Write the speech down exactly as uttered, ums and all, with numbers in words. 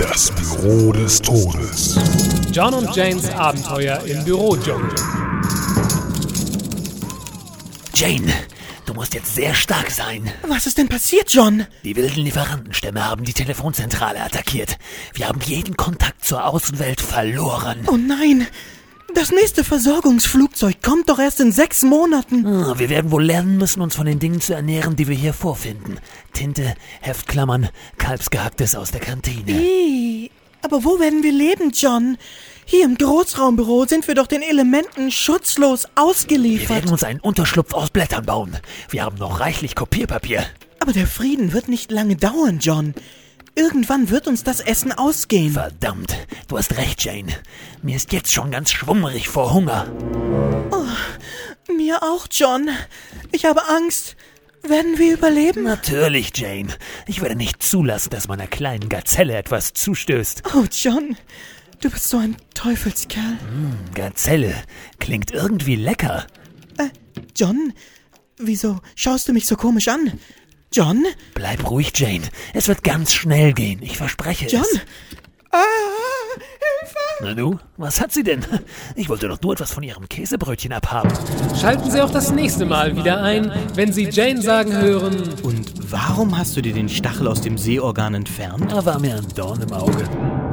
Das Büro des Todes. John und Janes Abenteuer im Bürodschungel. Jane, du musst jetzt sehr stark sein. Was ist denn passiert, John? Die wilden Lieferantenstämme haben die Telefonzentrale attackiert. Wir haben jeden Kontakt zur Außenwelt verloren. Oh nein, das nächste Versorgungsflugzeug kommt doch erst in sechs Monaten. Ah, wir werden wohl lernen müssen, uns von den Dingen zu ernähren, die wir hier vorfinden. Tinte, Heftklammern, Kalbsgehacktes aus der Kantine. Ih, aber wo werden wir leben, John? Hier im Großraumbüro sind wir doch den Elementen schutzlos Wir ausgeliefert. werden uns einen Unterschlupf aus Blättern bauen. Wir haben noch reichlich Kopierpapier. Aber der Frieden wird nicht lange dauern, John. Irgendwann wird uns das Essen ausgehen. Verdammt, du hast recht, Jane. Mir ist jetzt schon ganz schwummrig vor Hunger. Mir auch, John. Ich habe Angst. Werden wir überleben? Natürlich, Jane. Ich werde nicht zulassen, dass meiner kleinen Gazelle etwas zustößt. Oh, John, du bist so ein Teufelskerl. Gazelle klingt irgendwie lecker. Äh, John, wieso schaust du mich so komisch an? John? Bleib ruhig, Jane. Es wird ganz schnell gehen. Ich verspreche John? es. Ah, Hilfe! Na du, was hat sie denn? Ich wollte doch nur etwas von ihrem Käsebrötchen abhaben. Schalten Sie auch das nächste Mal wieder ein, wenn Sie Jane sagen hören: Und warum hast du dir den Stachel aus dem Sehorgan entfernt? Da war mir ein Dorn im Auge.